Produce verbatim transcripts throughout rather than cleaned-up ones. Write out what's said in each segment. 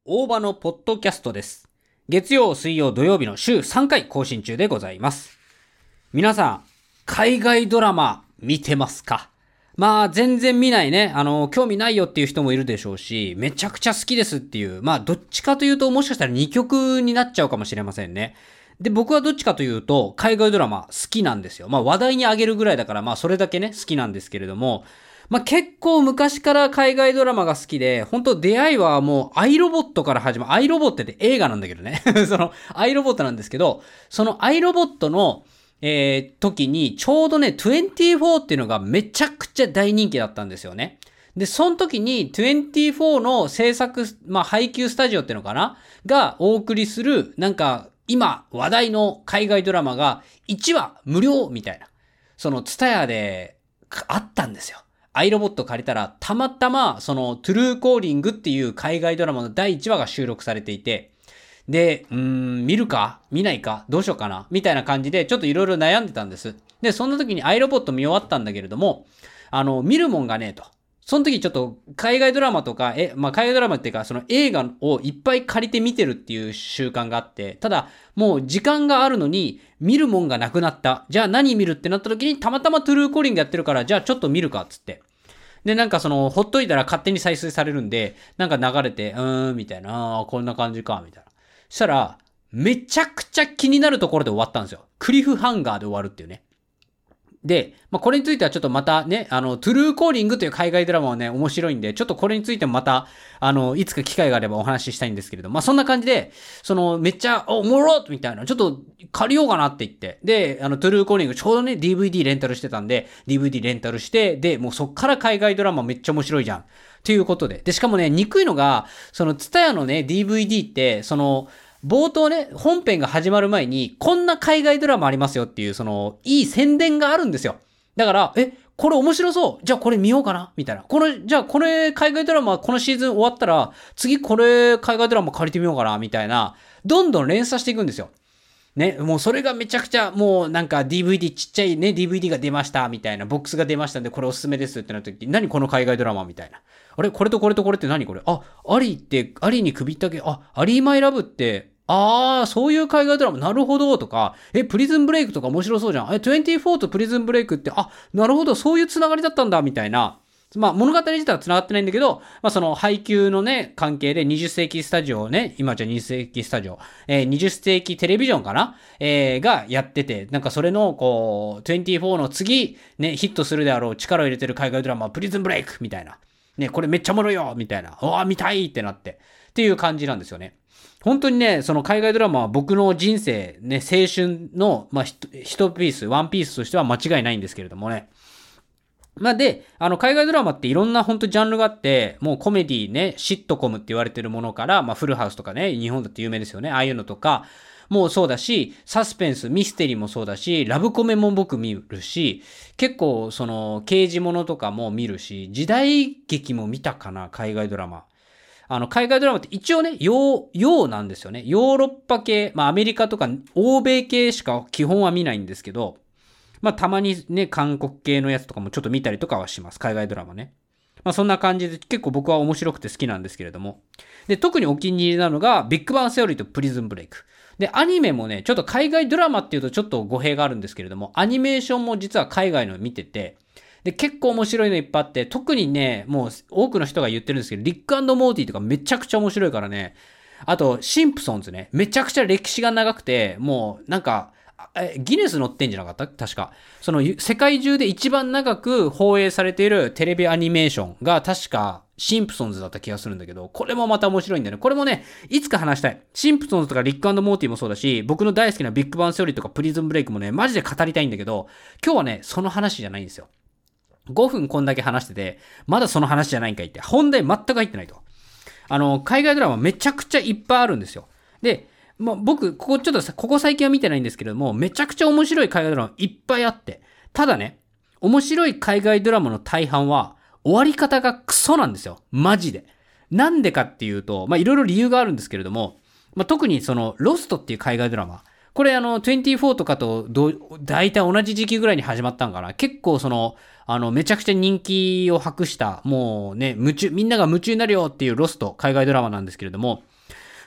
大場のポッドキャストです。月曜、水曜、土曜日の週さんかい更新中でございます。皆さん、海外ドラマ見てますか？まあ全然見ないね、あの興味ないよっていう人もいるでしょうし、めちゃくちゃ好きですっていう、まあどっちかというともしかしたら二極になっちゃうかもしれませんね。で、僕はどっちかというと海外ドラマ好きなんですよ。まあ話題にあげるぐらいだから、まあそれだけね好きなんですけれども、まあ結構昔から海外ドラマが好きで、本当出会いはもうアイロボットから始まる。アイロボットって映画なんだけどねそのアイロボットなんですけど、そのアイロボットのえー、時にちょうどねにじゅうよんっていうのがめちゃくちゃ大人気だったんですよね。でその時ににじゅうよんの制作、まあ配給スタジオっていうのかながお送りする、なんか今話題の海外ドラマがいちわ無料みたいな、そのツタヤであったんですよ。アイロボット借りたらたまたまそのトゥルーコーリングっていう海外ドラマのだいいちわが収録されていて、で、うーん、見るか見ないかどうしようかなみたいな感じでちょっといろいろ悩んでたんです。で、そんな時にアイロボット見終わったんだけれども、あの、見るもんがねえと。その時ちょっと海外ドラマとか、え、まあ、海外ドラマっていうか、その映画をいっぱい借りて見てるっていう習慣があって、ただ、もう時間があるのに見るもんがなくなった。じゃあ何見るってなった時にたまたまトゥルーコーリングやってるから、じゃあちょっと見るかっつって。で、なんかその、ほっといたら勝手に再生されるんで、なんか流れて、うーん、みたいな、あーこんな感じか、みたいな。そしたら、めちゃくちゃ気になるところで終わったんですよ。クリフハンガーで終わるっていうね。で、まあ、これについてはちょっとまたね、あの、トゥルーコーリングという海外ドラマはね、面白いんで、ちょっとこれについてもまた、あの、いつか機会があればお話ししたいんですけれど、まあ、そんな感じで、その、めっちゃ、おもろっみたいな、ちょっと借りようかなって言って、で、あの、トゥルーコーリングちょうどね、ディーブイディー レンタルしてたんで、ディーブイディー レンタルして、で、もうそっから海外ドラマめっちゃ面白いじゃん。ということで。で、しかもね、憎いのが、その、ツタヤのね、ディーブイディー って、その、冒頭ね、本編が始まる前に、こんな海外ドラマありますよっていう、その、いい宣伝があるんですよ。だから、え、これ面白そう。じゃあこれ見ようかなみたいな。この、じゃあこれ海外ドラマこのシーズン終わったら、次これ海外ドラマ借りてみようかなみたいな。どんどん連鎖していくんですよ。ね、もうそれがめちゃくちゃ、もうなんか ディーブイディー ちっちゃいね、ディーブイディー が出ましたみたいな。ボックスが出ましたんでこれおすすめですってなった時、何この海外ドラマみたいな。あれこれとこれとこれって何これ？あ、アリーって、アリーに首ったけ、あ、アリーマイラブって、あー、そういう海外ドラマ、なるほど、とか、え、プリズンブレイクとか面白そうじゃん。え、にじゅうよんとプリズンブレイクって、あ、なるほど、そういうつながりだったんだ、みたいな。まあ、物語自体は繋がってないんだけど、まあ、その配給のね、関係でにじゅっ世紀スタジオね、今じゃにじゅっ世紀スタジオ、えー、にじゅっ世紀テレビジョンかなえー、がやってて、なんかそれの、こう、にじゅうよんの次、ね、ヒットするであろう力を入れてる海外ドラマ、プリズンブレイクみたいな。ね、これめっちゃおもろいよみたいな。うわ、見たいってなって。っていう感じなんですよね。本当にね、その海外ドラマは僕の人生、ね、青春の、まあ、一ピース、ワンピースとしては間違いないんですけれどもね。まあ、で、あの、海外ドラマっていろんな本当ジャンルがあって、もうコメディね、シットコムって言われてるものから、まあ、フルハウスとかね、日本だって有名ですよね。ああいうのとか、もうそうだし、サスペンス、ミステリーもそうだし、ラブコメも僕見るし、結構その、刑事ものとかも見るし、時代劇も見たかな、海外ドラマ。あの、海外ドラマって一応ね、洋、洋なんですよね。ヨーロッパ系、まあアメリカとか欧米系しか基本は見ないんですけど、まあたまにね、韓国系のやつとかもちょっと見たりとかはします。海外ドラマね。まあそんな感じで結構僕は面白くて好きなんですけれども。で、特にお気に入りなのが、ビッグバンセオリーとプリズンブレイク。で、アニメもね、ちょっと海外ドラマっていうとちょっと語弊があるんですけれども、アニメーションも実は海外の見てて、で、結構面白いのいっぱいあって、特にね、もう多くの人が言ってるんですけど、リック&モーティとかめちゃくちゃ面白いからね。あと、シンプソンズね。めちゃくちゃ歴史が長くて、もうなんか、ギネス載ってんじゃなかった確か。その、世界中で一番長く放映されているテレビアニメーションが確か、シンプソンズだった気がするんだけど、これもまた面白いんだよね。これもね、いつか話したい。シンプソンズとかリック&モーティもそうだし、僕の大好きなビッグバンセオリーとかプリズンブレイクもね、マジで語りたいんだけど、今日はね、その話じゃないんですよ。ごふんこんだけ話してて、まだその話じゃないんかいって、本題全く入ってないと。あの、海外ドラマめちゃくちゃいっぱいあるんですよ。で、まあ、僕、ここちょっとさ、ここ最近は見てないんですけれども、めちゃくちゃ面白い海外ドラマいっぱいあって、ただね、面白い海外ドラマの大半は、終わり方がクソなんですよ。マジで。なんでかっていうと、まあ、いろいろ理由があるんですけれども、まあ、特にその、ロストっていう海外ドラマ、これあの、にじゅうよんとかとど大体同じ時期ぐらいに始まったんかな。結構その、あの、めちゃくちゃ人気を博した、もうね、夢中、みんなが夢中になるよっていうロスト、海外ドラマなんですけれども、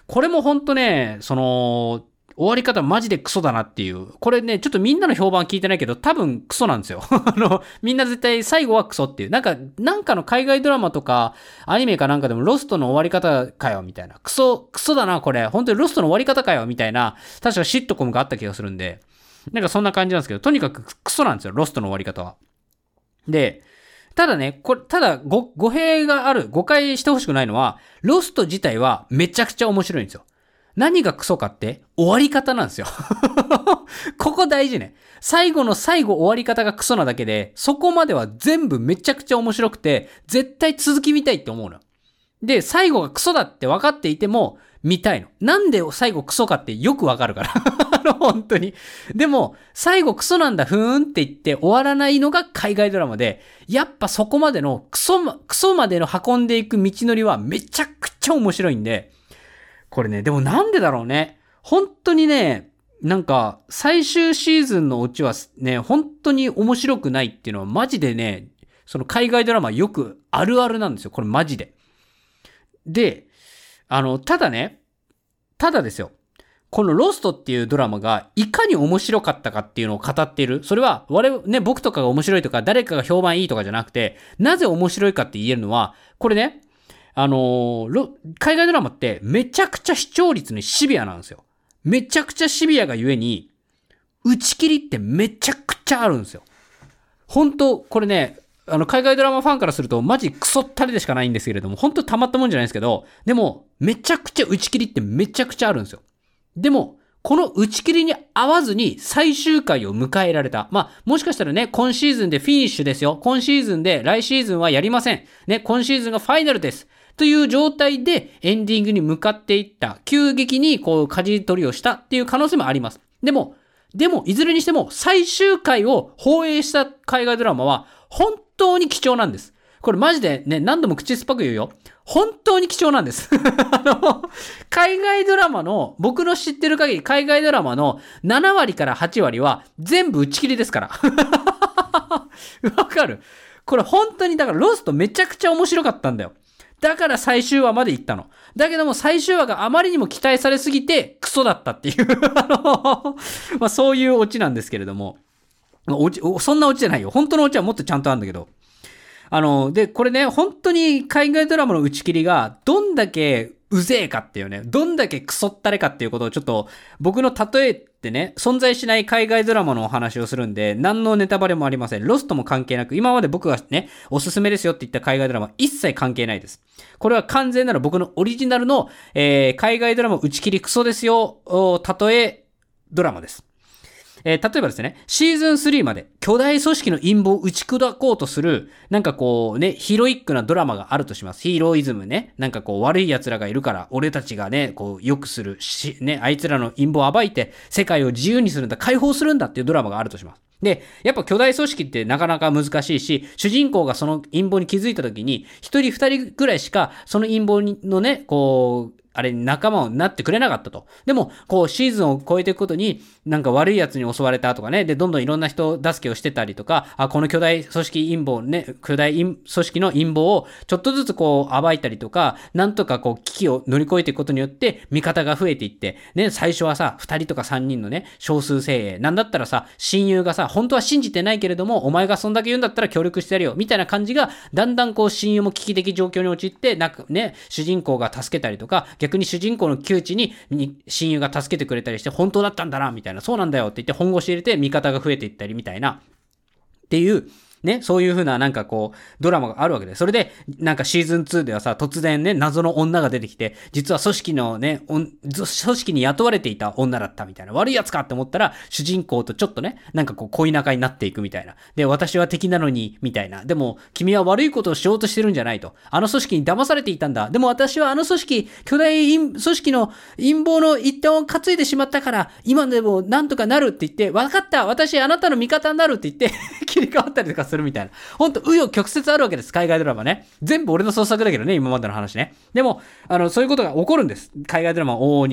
これもほんとね、その、終わり方マジでクソだなっていう。これね、ちょっとみんなの評判聞いてないけど、多分クソなんですよ。あの、みんな絶対最後はクソっていう。なんか、なんかの海外ドラマとか、アニメかなんかでもロストの終わり方かよ、みたいな。クソ、クソだな、これ。本当にロストの終わり方かよ、みたいな。確かシットコムがあった気がするんで。なんかそんな感じなんですけど、とにかくクソなんですよ、ロストの終わり方は。で、ただね、これ、ただ、ご、語弊がある、誤解してほしくないのは、ロスト自体はめちゃくちゃ面白いんですよ。何がクソかって終わり方なんですよ。ここ大事ね。最後の最後終わり方がクソなだけで、そこまでは全部めちゃくちゃ面白くて、絶対続き見たいって思うの。で、最後がクソだって分かっていても見たいの。なんで最後クソかってよく分かるから。あの、本当に。でも、最後クソなんだ、ふーんって言って終わらないのが海外ドラマで、やっぱそこまでのクソ、クソまでの運んでいく道のりはめちゃくちゃ面白いんで、これね、でもなんでだろうね。本当にね、なんか、最終シーズンのオチはね、本当に面白くないっていうのはマジでね、その海外ドラマよくあるあるなんですよ。これマジで。で、あの、ただね、ただですよ。このロストっていうドラマがいかに面白かったかっていうのを語っている。それは、我々ね、僕とかが面白いとか、誰かが評判いいとかじゃなくて、なぜ面白いかって言えるのは、これね、あのー、海外ドラマってめちゃくちゃ視聴率にシビアなんですよ。めちゃくちゃシビアがゆえに、打ち切りってめちゃくちゃあるんですよ。本当これね、あの、海外ドラマファンからするとマジクソったれでしかないんですけれども、本当たまったもんじゃないですけど、でも、めちゃくちゃ打ち切りってめちゃくちゃあるんですよ。でも、この打ち切りに合わずに最終回を迎えられた。まあ、もしかしたらね、今シーズンでフィニッシュですよ。今シーズンで来シーズンはやりません。ね、今シーズンがファイナルです。という状態でエンディングに向かっていった。急激にこう、舵取りをしたっていう可能性もあります。でも、でも、いずれにしても最終回を放映した海外ドラマは本当に貴重なんです。これマジでね、何度も口酸っぱく言うよ。本当に貴重なんです。あの、海外ドラマの、僕の知ってる限り海外ドラマのななわりからはちわりは全部打ち切りですから。わかる？これ本当にだからロストめちゃくちゃ面白かったんだよ。だから最終話まで行ったの。だけども最終話があまりにも期待されすぎてクソだったっていう。あの、まあそういうオチなんですけれども。オチ、そんなオチじゃないよ。本当のオチはもっとちゃんとあるんだけど。あの、で、これね、本当に海外ドラマの打ち切りがどんだけうぜえかっていうね、どんだけクソったれかっていうことをちょっと僕の例えってね、存在しない海外ドラマのお話をするんで、何のネタバレもありません。ロストも関係なく、今まで僕がね、おすすめですよって言った海外ドラマ一切関係ないです。これは完全なる僕のオリジナルの、えー、海外ドラマ打ち切りクソですよ、例えドラマです。えー、例えばですね、シーズンスリーまで巨大組織の陰謀を打ち砕こうとする、なんかこうね、ヒロイックなドラマがあるとします。ヒーローイズムね。なんかこう悪い奴らがいるから、俺たちがね、こう良くするし、ね、あいつらの陰謀を暴いて、世界を自由にするんだ、解放するんだっていうドラマがあるとします。で、やっぱ巨大組織ってなかなか難しいし、主人公がその陰謀に気づいた時に、一人二人ぐらいしか、その陰謀のね、こう、あれ仲間になってくれなかったと。でも、こうシーズンを超えていくことに、なんか悪い奴に襲われたとかね、で、どんどんいろんな人助けをしてたりとか、あ、この巨大組織陰謀ね、巨大組織の陰謀をちょっとずつこう暴いたりとか、なんとかこう危機を乗り越えていくことによって、味方が増えていって、ね、最初はさ、二人とか三人のね、少数精鋭。なんだったらさ、親友がさ、本当は信じてないけれども、お前がそんだけ言うんだったら協力してやるよ、みたいな感じが、だんだんこう親友も危機的状況に陥って、なんかね、主人公が助けたりとか、逆に主人公の窮地に親友が助けてくれたりして、本当だったんだな、みたいな、そうなんだよって言って本腰入れて味方が増えていったりみたいな、っていう、ね、そういう風ななんかこう、ドラマがあるわけで、それで、なんかシーズンツーではさ、突然ね、謎の女が出てきて、実は組織のね、組織に雇われていた女だったみたいな、悪いやつかって思ったら、主人公とちょっとね、なんかこう、恋仲になっていくみたいな。で、私は敵なのに、みたいな。でも、君は悪いことをしようとしてるんじゃないと。あの組織に騙されていたんだ。でも私はあの組織、巨大組織の陰謀の一端を担いでしまったから、今でもなんとかなるって言って、わかった、私あなたの味方になるって言って、切り替わったりとかするみたいな。ほんと、紆余曲折あるわけです、海外ドラマね。全部俺の創作だけどね、今までの話ね。でも、あの、そういうことが起こるんです。海外ドラマを往々にして。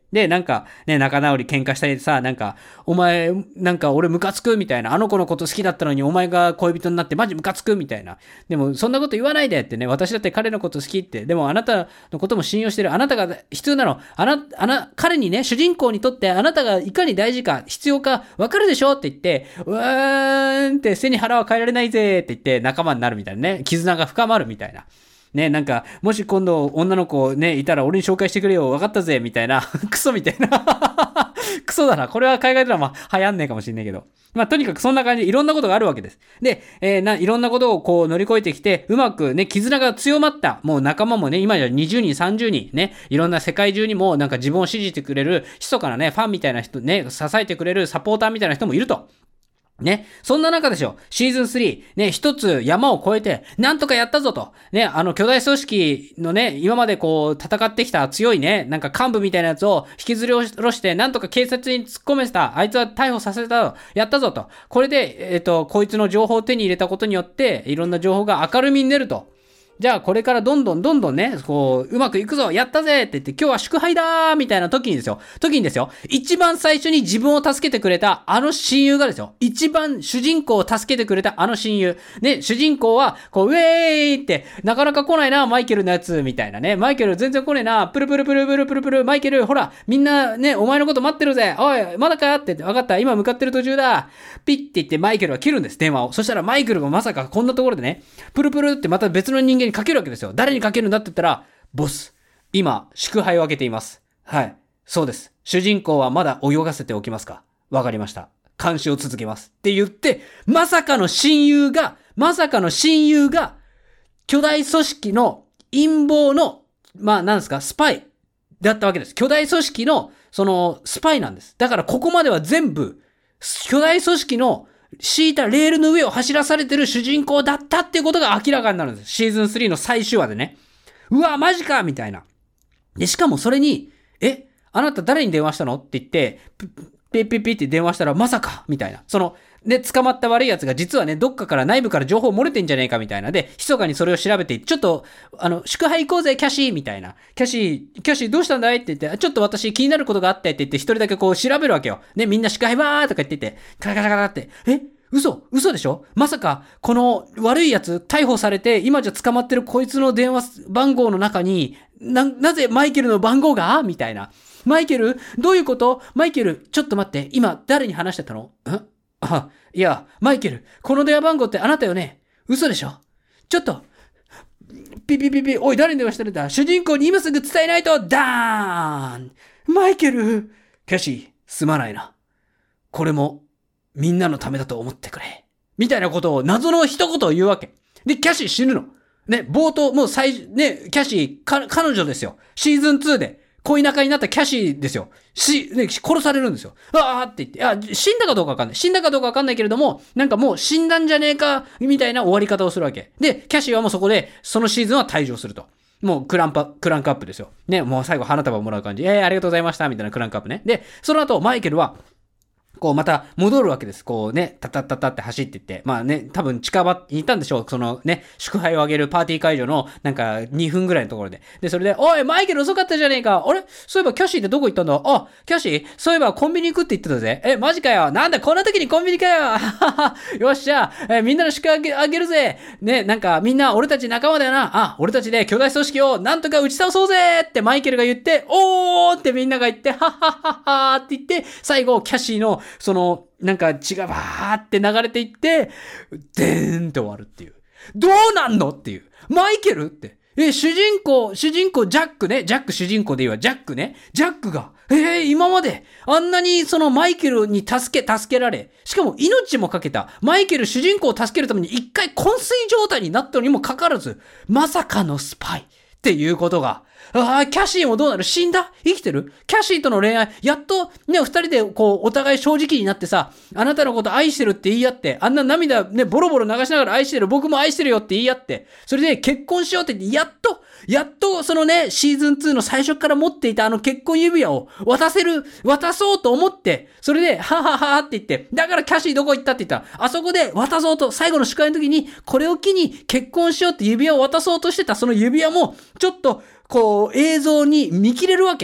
で、なんか、ね、仲直り喧嘩したりさ、なんか、お前、なんか俺ムカつくみたいな、あの子のこと好きだったのにお前が恋人になってマジムカつくみたいな。でも、そんなこと言わないでってね、私だって彼のこと好きって、でもあなたのことも信用してる、あなたが必要なの、あな、あな、彼にね、主人公にとってあなたがいかに大事か、必要か、わかるでしょって言って、うーんって背に腹は変えられないぜって言って仲間になるみたいなね、絆が深まるみたいな。ね、なんか、もし今度女の子ね、いたら俺に紹介してくれよ、分かったぜ、みたいな、クソみたいな。クソだな。これは海外ドラマ流行んねえかもしんないけど。まあ、とにかくそんな感じでいろんなことがあるわけです。で、えー、な、いろんなことをこう乗り越えてきて、うまくね、絆が強まった。もう仲間もね、今じゃにじゅうにん、さんじゅうにん、ね、いろんな世界中にもなんか自分を支持してくれる、密かなね、ファンみたいな人、ね、支えてくれるサポーターみたいな人もいると。ね。そんな中でしょ。シーズンスリー。ね。一つ山を越えて、なんとかやったぞと。ね。あの巨大組織のね、今までこう、戦ってきた強いね、なんか幹部みたいなやつを引きずり下ろして、なんとか警察に突っ込めた。あいつは逮捕させた。やったぞと。これで、えっと、こいつの情報を手に入れたことによって、いろんな情報が明るみに出ると。じゃあこれからどんどんどんどんね、こう、うまくいくぞやったぜって言って、今日は祝杯だーみたいな時にですよ。時にですよ。一番最初に自分を助けてくれたあの親友がですよ。一番主人公を助けてくれたあの親友。ね、主人公は、こう、ウェーイって、なかなか来ないな、マイケルのやつ、みたいなね。マイケル全然来ねえな、プルプルプルプルプルプル、マイケル、ほら、みんなね、お前のこと待ってるぜ。おい、まだかって、わかった、今向かってる途中だ。ピッて言ってマイケルは切るんです、電話を。そしたらマイケルがまさかこんなところでね、プルプルってまた別の人間にかけるわけですよ。誰にかけるんだって言ったら、ボス、今、祝杯をあげています。はい。そうです。主人公はまだ泳がせておきますか？わかりました。監視を続けます。って言って、まさかの親友が、まさかの親友が、巨大組織の陰謀の、まあ、なんですか、スパイだったわけです。巨大組織の、その、スパイなんです。だからここまでは全部、巨大組織の敷いたレールの上を走らされてる主人公だったっていうことが明らかになるんです。シーズンスリーの最終話でね。うわ、マジかみたいな。で、しかもそれに、え、あなた誰に電話したのって言って、ピッピッピッって電話したらまさかみたいな。その、で、捕まった悪い奴が実はね、どっかから内部から情報漏れてんじゃねえかみたいな。で、密かにそれを調べて、ちょっと、あの、祝杯行こうぜ、キャシーみたいな。キャシー、キャシーどうしたんだいって言って、ちょっと私気になることがあってって言って、一人だけこう調べるわけよ。ね、みんな祝杯わーとか言ってて、カラカラカラって、え嘘嘘でしょまさか、この悪い奴、逮捕されて、今じゃ捕まってるこいつの電話番号の中に、な、なぜマイケルの番号がみたいな。マイケルどういうことマイケル、ちょっと待って、今誰に話してたのんあ、いや、マイケル、この電話番号ってあなたよね嘘でしょちょっと、ピピピピ、おい、誰に電話してるんだ主人公に今すぐ伝えないと、ダーンマイケルキャシー、すまないな。これも、みんなのためだと思ってくれ。みたいなことを謎の一言を言うわけ。で、キャシー死ぬの。ね、冒頭、もう最、ね、キャシー、か、彼女ですよ。シーズンツーで、恋仲になったキャシーですよ。し、ね、殺されるんですよ。あーって言って、あ、死んだかどうかわかんない。死んだかどうかわかんないけれども、なんかもう死んだんじゃねえか、みたいな終わり方をするわけ。で、キャシーはもうそこで、そのシーズンは退場すると。もうクランパ、クランクアップですよ。ね、もう最後花束をもらう感じ。えー、ありがとうございました、みたいなクランクアップね。で、その後、マイケルは、こうまた戻るわけです。こうね、タタタタって走っていって。まあね、多分近場にいたんでしょう。そのね、祝杯をあげるパーティー会場のなんかにふんぐらいのところで。で、それで、おい、マイケル遅かったじゃねえか。あれそういえばキャシーってどこ行ったんだあ、キャシーそういえばコンビニ行くって言ってたぜ。え、マジかよ。なんだ、こんな時にコンビニかよ。よっしゃ、え、みんなの祝杯あげ、あげるぜ。ね、なんかみんな俺たち仲間だよな。あ、俺たちで巨大組織をなんとか打ち倒そうぜってマイケルが言って、おーってみんなが言って、はっはっはっはって言って、最後キャシーのその、なんか血がバーって流れていって、でーんって終わるっていう。どうなんのっていう。マイケルって。え、主人公、主人公ジャックね。ジャック主人公でいいわ。ジャックね。ジャックが、えー、今まで、あんなにそのマイケルに助け、助けられ、しかも命もかけた。マイケル主人公を助けるために一回昏睡状態になったのにもかかわらず、まさかのスパイっていうことが、ああ、キャシーもどうなる死んだ生きてるキャシーとの恋愛、やっとね、二人でこう、お互い正直になってさ、あなたのこと愛してるって言い合って、あんな涙ね、ボロボロ流しながら愛してる、僕も愛してるよって言い合って、それで結婚しようって言って、やっと、やっとそのね、シーズンツーの最初から持っていたあの結婚指輪を渡せる、渡そうと思って、それで、はははって言って、だからキャシーどこ行ったって言ったら、あそこで渡そうと、最後の祝杯の時に、これを機に結婚しようって指輪を渡そうとしてた、その指輪も、ちょっと、こう、映像に見切れるわけ。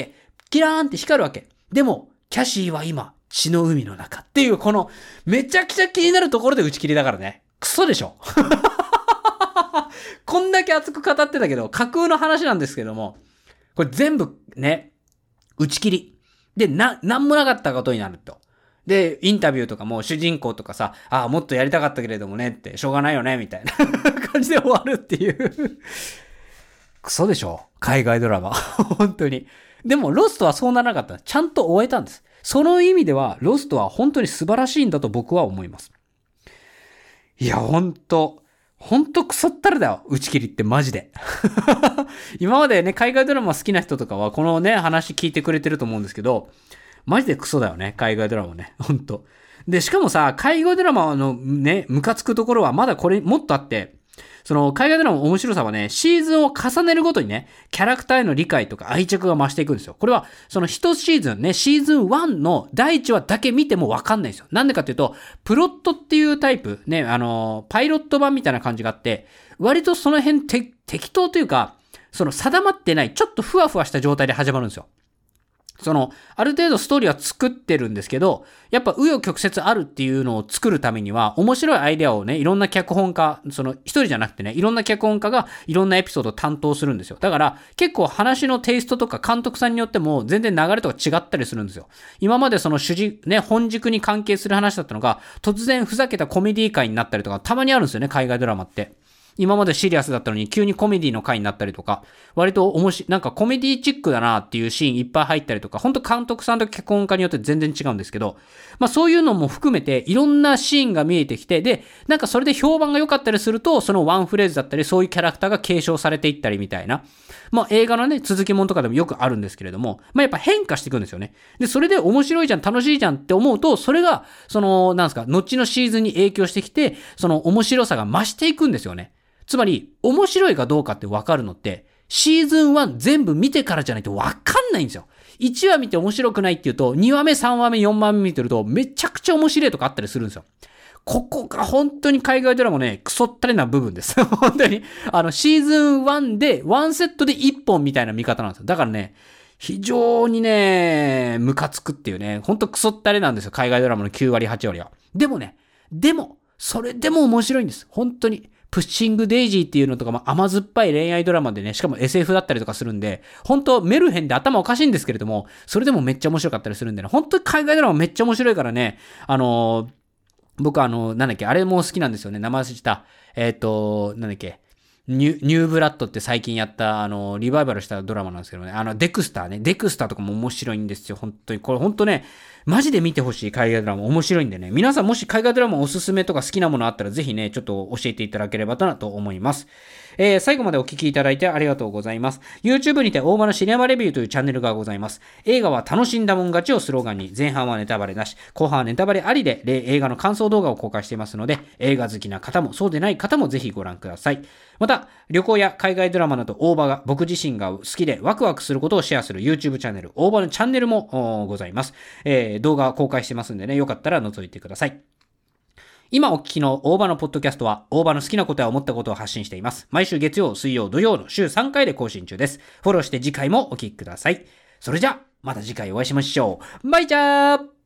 キラーンって光るわけ。でも、キャシーは今、血の海の中っていう、この、めちゃくちゃ気になるところで打ち切りだからね。クソでしょこんだけ熱く語ってたけど、架空の話なんですけども、これ全部ね、打ち切り。で、な、なんもなかったことになると。で、インタビューとかも主人公とかさ、ああ、もっとやりたかったけれどもねって、しょうがないよね、みたいな感じで終わるっていう。クソでしょ海外ドラマ。本当に。でも、ロストはそうならなかった。ちゃんと終えたんです。その意味では、ロストは本当に素晴らしいんだと僕は思います。いや、ほんと、ほんとクソったれだよ。打ち切りってマジで。今までね、海外ドラマ好きな人とかは、このね、話聞いてくれてると思うんですけど、マジでクソだよね、海外ドラマね。ほんと。で、しかもさ、海外ドラマのね、ムカつくところはまだこれもっとあって、その海外ドラマの面白さはね、シーズンを重ねるごとにね、キャラクターへの理解とか愛着が増していくんですよ。これは、その一シーズンね、シーズンワンのだいいちわだけ見てもわかんないんですよ。なんでかっていうと、プロットっていうタイプ、ね、あの、パイロット版みたいな感じがあって、割とその辺て適当というか、その定まってない、ちょっとふわふわした状態で始まるんですよ。その、ある程度ストーリーは作ってるんですけど、やっぱ紆余曲折あるっていうのを作るためには、面白いアイデアをね、いろんな脚本家、その一人じゃなくてね、いろんな脚本家がいろんなエピソードを担当するんですよ。だから、結構話のテイストとか監督さんによっても全然流れとか違ったりするんですよ。今までその主軸、ね、本軸に関係する話だったのが、突然ふざけたコメディ回になったりとか、たまにあるんですよね、海外ドラマって。今までシリアスだったのに急にコメディの回になったりとか、割と面白い、なんかコメディチックだなっていうシーンいっぱい入ったりとか、ほんと監督さんと脚本家によって全然違うんですけど、まあそういうのも含めていろんなシーンが見えてきて、で、なんかそれで評判が良かったりすると、そのワンフレーズだったり、そういうキャラクターが継承されていったりみたいな。まあ映画のね、続きものとかでもよくあるんですけれども、まあやっぱ変化していくんですよね。で、それで面白いじゃん、楽しいじゃんって思うと、それが、その、なんですか、後のシーズンに影響してきて、その面白さが増していくんですよね。つまり、面白いかどうかって分かるのって、シーズンワン全部見てからじゃないと分かんないんですよ。いちわ見て面白くないっていうと、にわめ、さんわめ、よんわめ見てると、めちゃくちゃ面白いとかあったりするんですよ。ここが本当に海外ドラマね、クソったれな部分です。本当に。あの、シーズンワンで、ワンセットでいっぽんみたいな見方なんですよ。だからね、非常にね、ムカつくっていうね、ほんとクソったれなんですよ。海外ドラマのきゅうわり、はちわりは。でもね、でも、それでも面白いんです。本当に。プッシングデイジーっていうのとかも甘酸っぱい恋愛ドラマでね、しかも エスエフ だったりとかするんで、本当メルヘンで頭おかしいんですけれども、それでもめっちゃ面白かったりするんでね、本当に海外ドラマめっちゃ面白いからね、あのー、僕あの、なんだっけ、あれも好きなんですよね、名前忘れた。えっと、なんだっけ、ニュ、ニューブラッドって最近やった、あの、リバイバルしたドラマなんですけどね、あの、デクスターね、デクスターとかも面白いんですよ、本当に。これ本当ね、マジで見てほしい海外ドラマ面白いんでね。皆さんもし海外ドラマおすすめとか好きなものあったらぜひね、ちょっと教えていただければなと思います。えー、最後までお聞きいただいてありがとうございます。YouTube にて大場のシネマレビューというチャンネルがございます。映画は楽しんだもん勝ちをスローガンに、前半はネタバレなし、後半はネタバレありで、映画の感想動画を公開していますので、映画好きな方もそうでない方もぜひご覧ください。また、旅行や海外ドラマなど大場が僕自身が好きでワクワクすることをシェアする YouTube チャンネル、大場のチャンネルもございます。えー、動画公開してますんでね、よかったら覗いてください。今お聞きの大場のポッドキャストは、大場の好きなことや思ったことを発信しています。毎週月曜、水曜、土曜の週さんかいで更新中です。フォローして次回もお聞きください。それじゃ、また次回お会いしましょう。バイチャー